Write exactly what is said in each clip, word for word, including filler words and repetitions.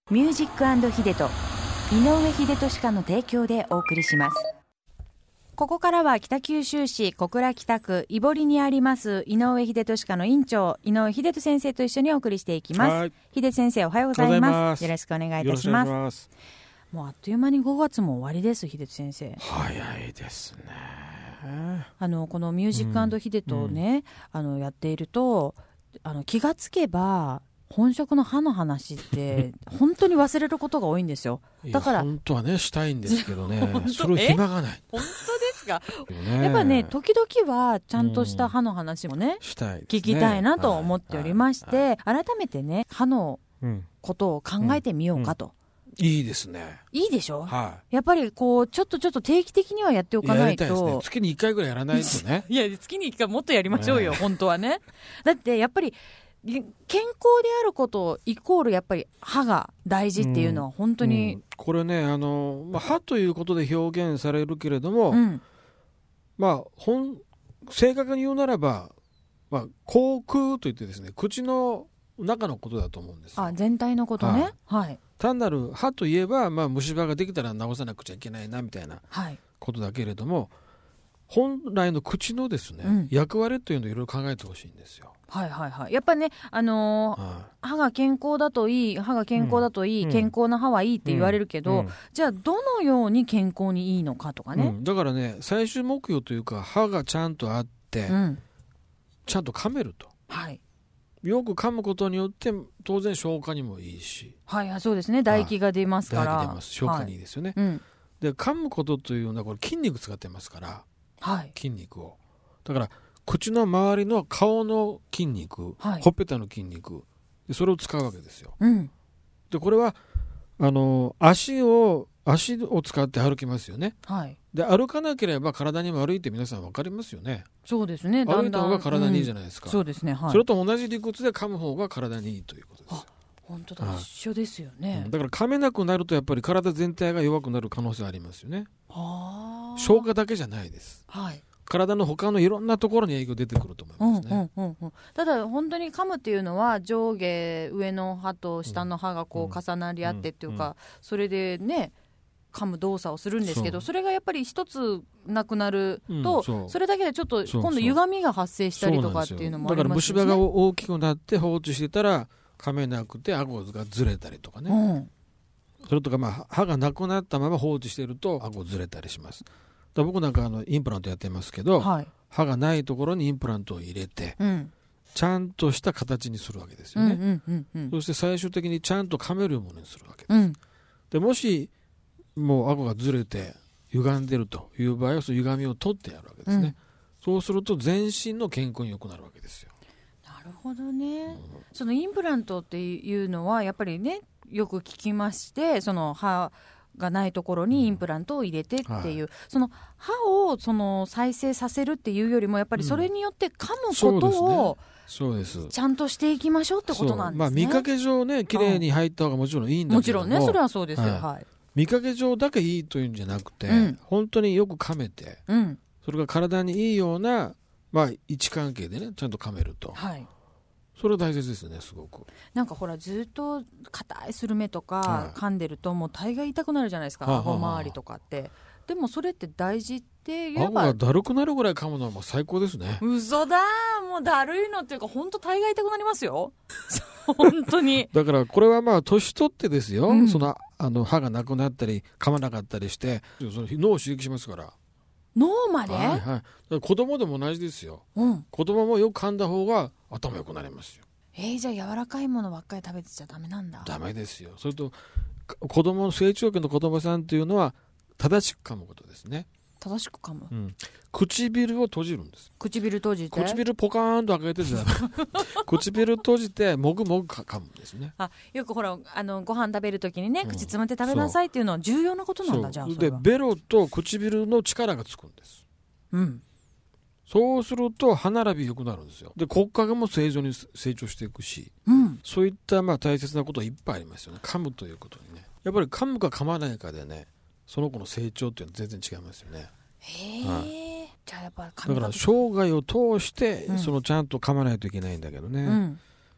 ミュージック&ヒデと井上秀俊家の提供でお送りします。ここからは北九州市小倉北区井堀にあります井上秀俊家の院長井上秀俊先生と一緒にお送りしていきます。秀先生、おはようございます。よろしくお願いいたします。ますもうあっという間にごがつも終わりです。秀先生、 早いですね。 あのこのミュージック&ヒデとね、うん、あのやっているとあの気がつけば本職の歯の話って本当に忘れることが多いんですよ。だから本当はねしたいんですけどねそれを暇がない。 本当ですかね。やっぱね時々はちゃんとした歯の話もね、うん、 したいですね、 聞きたいなと思っておりまして、はいはいはい、改めてね歯のことを考えてみようかと、 うんうん、いいですね。 いいでしょ、 はい、 やっぱりこうちょっとちょっと定期的にはやっておかないと。やりたいですね。 月にいっかいぐらいやらないとねいや月にいっかいもっとやりましょうよ、ね、本当はね。だってやっぱり健康であることイコールやっぱり歯が大事っていうのは本当に、 うんうん、これねあの、まあ、歯ということで表現されるけれども、うん、まあ本正確に言うならば、まあ、口腔といってですね口の中のことだと思うんですよ。 あ、全体のことね、はいはい、 単なる歯といえば、まあ、虫歯ができたら治さなくちゃいけないなみたいなことだけれども、はい、本来の口のですね、うん、役割というのをいろいろ考えてほしいんですよ。 はいはいはい、やっぱりね、あのーはい、歯が健康だといい歯が健康だといい、うん、健康な歯はいいって言われるけど、うん、じゃあどのように健康にいいのかとかね、うん、 だからね最終目標というか歯がちゃんとあって、うん、ちゃんと噛めると、はい、よく噛むことによって当然消化にもいいし、 はいはい、そうですね、唾液が出ますから、 唾液出ます、消化にいいですよね、はい、うん、で噛むことというのはこれ筋肉使ってますから、はい、筋肉をだから口の周りの顔の筋肉、はい、ほっぺたの筋肉でそれを使うわけですよ、うん、でこれはあの足を足を使って歩きますよね、はい、で歩かなければ体にも悪いって皆さん分かりますよね。 そうですね、 歩いた方が体にいいじゃないですか、 うん、そうですね、はい、 それと同じ理屈で噛む方が体にいいということですよ。 本当だ、はい、一緒ですよね、 うん、だから噛めなくなるとやっぱり体全体が弱くなる可能性ありますよね。は消化だけじゃないです、はい、体の他のいろんなところに影響出てくると思いますね、うんうんうんうん、 ただ本当に噛むっていうのは上下上の歯と下の歯がこう重なり合ってっていうか、うんうん、それでね噛む動作をするんですけど そ, それがやっぱり一つなくなると、うん、そ, それだけでちょっと今度歪みが発生したりとかっていうのもありますね。だから虫歯が大きくなって放置してたら噛めなくて顎がずれたりとかね、うん、それとか、まあ、歯がなくなったまま放置してると顎ずれたりします。だ僕なんかあのインプラントやってますけど、はい、歯がないところにインプラントを入れて、うん、ちゃんとした形にするわけですよね、うんうんうんうん、そして最終的にちゃんと噛めるものにするわけです、うん、でもしもう顎がずれて歪んでるという場合はその歪みを取ってやるわけですね、うん、そうすると全身の健康に良くなるわけですよ。 なるほどね、うん、そのインプラントっていうのはやっぱりねよく聞きまして、その歯がないところにインプラントを入れてっていう、うんはい、その歯をその再生させるっていうよりもやっぱりそれによって噛むことを、そうですちゃんとしていきましょうってことなんですね。 まあ、見かけ上ね綺麗に入った方がもちろんいいんだけども、 もちろんねそれはそうですよ、はいはい、 見かけ上だけいいというんじゃなくて、うん、本当によく噛めて、うん、それが体にいいような、まあ、位置関係でねちゃんと噛めると、はい、それは大切ですね。すごくなんかほらずっと硬いスルメとか噛んでるともう大概痛くなるじゃないですか、はい、顎周りとかって、はははでもそれって大事って言えば顎がだるくなるぐらい噛むのはもう最高ですね。 嘘だ、もうだるいのっていうか本当大概痛くなりますよ本当にだからこれはまあ年取ってですよ、うん、そのあの歯がなくなったり噛まなかったりしてその脳を刺激しますから。 脳まで、 はいはい、だから子供でも同じですよ、うん、子供もよく噛んだ方が頭良くなりますよ。 えー、じゃあ柔らかいものばっかり食べてちゃダメなんだ。 ダメですよ。それと子供の成長期の子供さんというのは正しく噛むことですね。 正しく噛む、うん、 唇を閉じるんです。 唇閉じて唇ポカーンと開けて唇閉じてもぐもぐ噛むんですね。 あ、よくほらあのご飯食べるときにね、うん、口つむって食べなさいっていうのは重要なことなんだ。じゃあそれはでベロと唇の力がつくんです、うん、そうすると歯並び良くなるんですよ。で骨格も正常に成長していくし、うん、そういったまあ大切なこといっぱいありますよね。噛むということにね、やっぱり噛むか噛まないかでねその子の成長っていうのは全然違いますよね。 へー、はい、じゃあやっぱだから生涯を通して、うん、そのちゃんと噛まないといけないんだけどね、うん、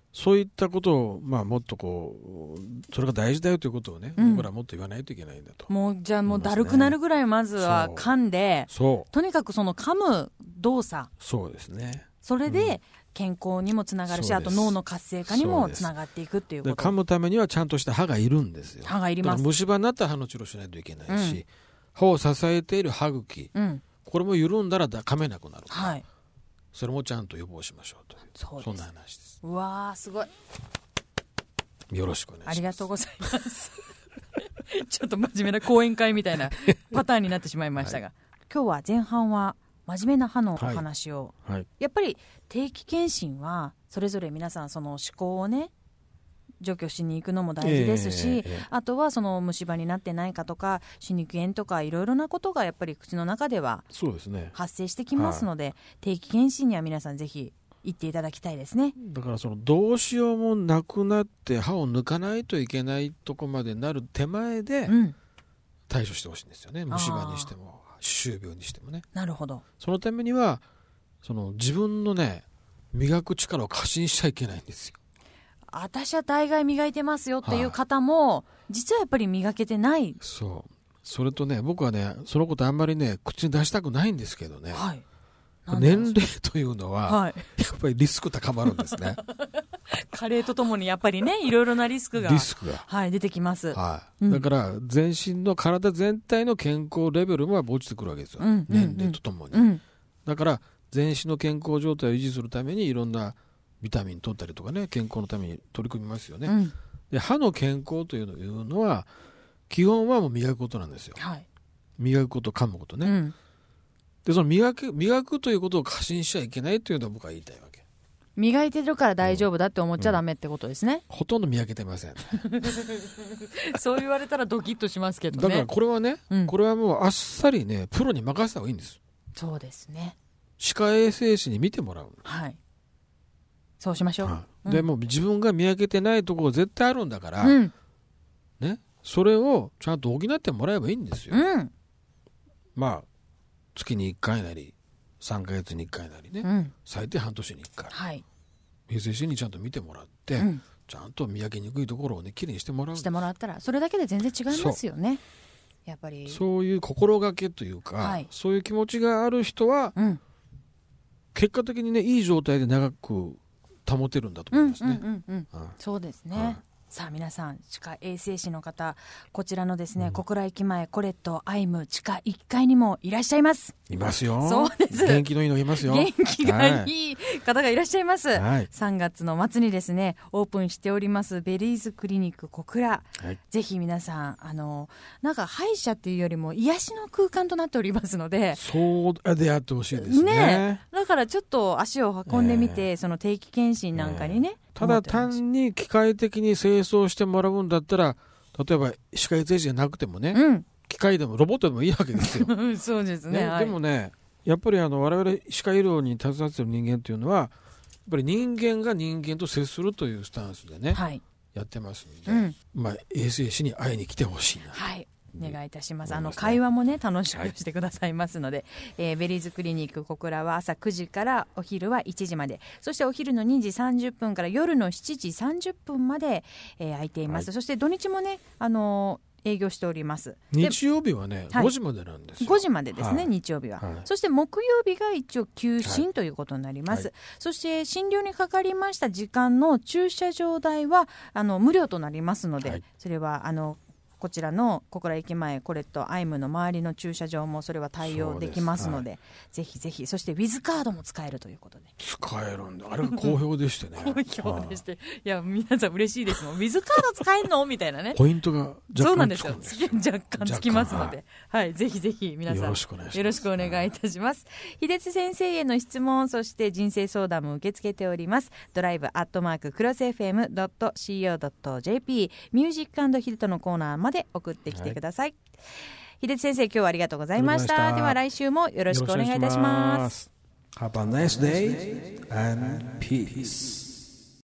そういったことを、まあ、もっとこうそれが大事だよということをね、うん、僕らはもっと言わないといけないんだと。 もうじゃあもうだるくなるぐらいまずは噛んで、 そうとにかくその噛む動作、 そうですね、 それで健康にもつながるし、うん、あと脳の活性化にもつながっていくっていうこと。 で噛むためにはちゃんとした歯がいるんですよ。 歯がいります。 だから虫歯になったら歯の治療しないといけないし、うん、歯を支えている歯茎、うん、これも緩んだら噛めなくなるから、はい、それもちゃんと予防しましょうという、そうです、そんな話です。 うわーすごい、 よろしくお願いします。 ありがとうございますちょっと真面目な講演会みたいなパターンになってしまいましたが、はい、今日は前半は真面目な歯のお話を、はいはい、やっぱり定期検診はそれぞれ皆さんその歯垢をね除去しに行くのも大事ですし、えーえー、あとはその虫歯になってないかとか歯肉炎とかいろいろなことがやっぱり口の中では発生してきますので、はい、定期検診には皆さんぜひ行っていただきたいですね。 だからそのどうしようもなくなって歯を抜かないといけないとこまでなる手前で対処してほしいんですよね、うん、虫歯にしても歯周病にしてもね。 なるほど。 そのためにはその自分のね磨く力を過信しちゃいけないんですよ。 私は大概磨いてますよっていう方も、はあ、実はやっぱり磨けてない。 そう、それとね僕はねそのことあんまりね口に出したくないんですけどね、はい、年齢というのは、はい、やっぱりリスク高まるんですね加齢とともにやっぱりねいろいろなリスクがリスクが、 はい、出てきます、 はいうん、だから全身の体全体の健康レベルも落ちてくるわけですよ、うん、年齢とともに、うん、だから全身の健康状態を維持するためにいろんなビタミン取ったりとかね健康のために取り組みますよね、うん、で歯の健康というのは基本はもう磨くことなんですよ、はい、磨くこと噛むことね、うん、でその磨く、磨くということを過信しちゃいけないというのは僕は言いたいわけ。 磨いてるから大丈夫だって思っちゃダメってことですね、 うん、ほとんど磨けてませんそう言われたらドキッとしますけどね。 だからこれはね、うん、これはもうあっさりねプロに任せた方がいいんです。 そうですね、 歯科衛生士に見てもらう。 はい、そうしましょう、 はいうん、でも自分が磨けてないところ絶対あるんだから、うんね、それをちゃんと補ってもらえばいいんですよ、うん、まあ月にいっかいなりさんかげつにいっかいなりね、うん、最低半年にいっかい、はい、衛生士にちゃんと見てもらって、うん、ちゃんと磨きにくいところをねきれいにしてもらうしてもらったらそれだけで全然違いますよね。やっぱりそういう心がけというか、はい、そういう気持ちがある人は、うん、結果的にねいい状態で長く保てるんだと思いますね。 そうですね、はい、さあ皆さん歯科衛生士の方こちらのですね、うん、小倉駅前コレットアイム地下いっかいにもいらっしゃいます。 いますよ。 そうです。 元気のいいのいますよ。 元気がいい方がいらっしゃいます、はい、さんがつの末にですねオープンしておりますベリーズクリニック小倉、はい、ぜひ皆さんあのなんか歯医者っていうよりも癒しの空間となっておりますのでそうであってほしいですね。ねだからちょっと足を運んでみて、えー、その定期検診なんかにね、えーただ単に機械的に清掃してもらうんだったら例えば歯科衛生士じゃなくてもね、うん、機械でもロボットでもいいわけですよそうです ね, ね、はい、 でもねやっぱりあの我々歯科医療に携わっている人間というのはやっぱり人間が人間と接するというスタンスでね、はい、やってますので、うんまあ、衛生士に会いに来てほしいな、 はいお願いいたします。あの会話もね楽しくしてくださいますので、はいえー、ベリーズクリニック小倉は朝くじからお昼はいちじまでそしてお昼のにじさんじゅっぷんから夜のしちじさんじゅっぷんまで、えー、空いています、はい、そして土日もねあのー営業しております。 日曜日はねごじまでなんですよ。 ごじまでですね、はい、日曜日は、はい、そして木曜日が一応休診、はい、ということになります、はい、そして診療にかかりました時間の駐車場代はあの無料となりますので、はい、それはあのこちらの小倉駅前コレットアイムの周りの駐車場もそれは対応できますの で, で、はい、ぜひぜひそしてウィズカードも使えるということで使えるんだ。あれが好評でしてね好評でして、はい、いや皆さん嬉しいですもんウィズカード使えるのみたいなねポイントが若干つくんですよ。 若干つきますので、はいはい、ぜひぜひ皆さんよろしくお願いします。よろしくお願いいたします。秀津先生への質問そして人生相談も受け付けております。ドライブアットマーククロス エフエムドットシーオードットジェーピー ミュージック&ヒデトのコーナーまで送ってきてください。秀津先生今日はありがとうございました。では来週もよろしくお願いいたします。 Have a nice day and peace.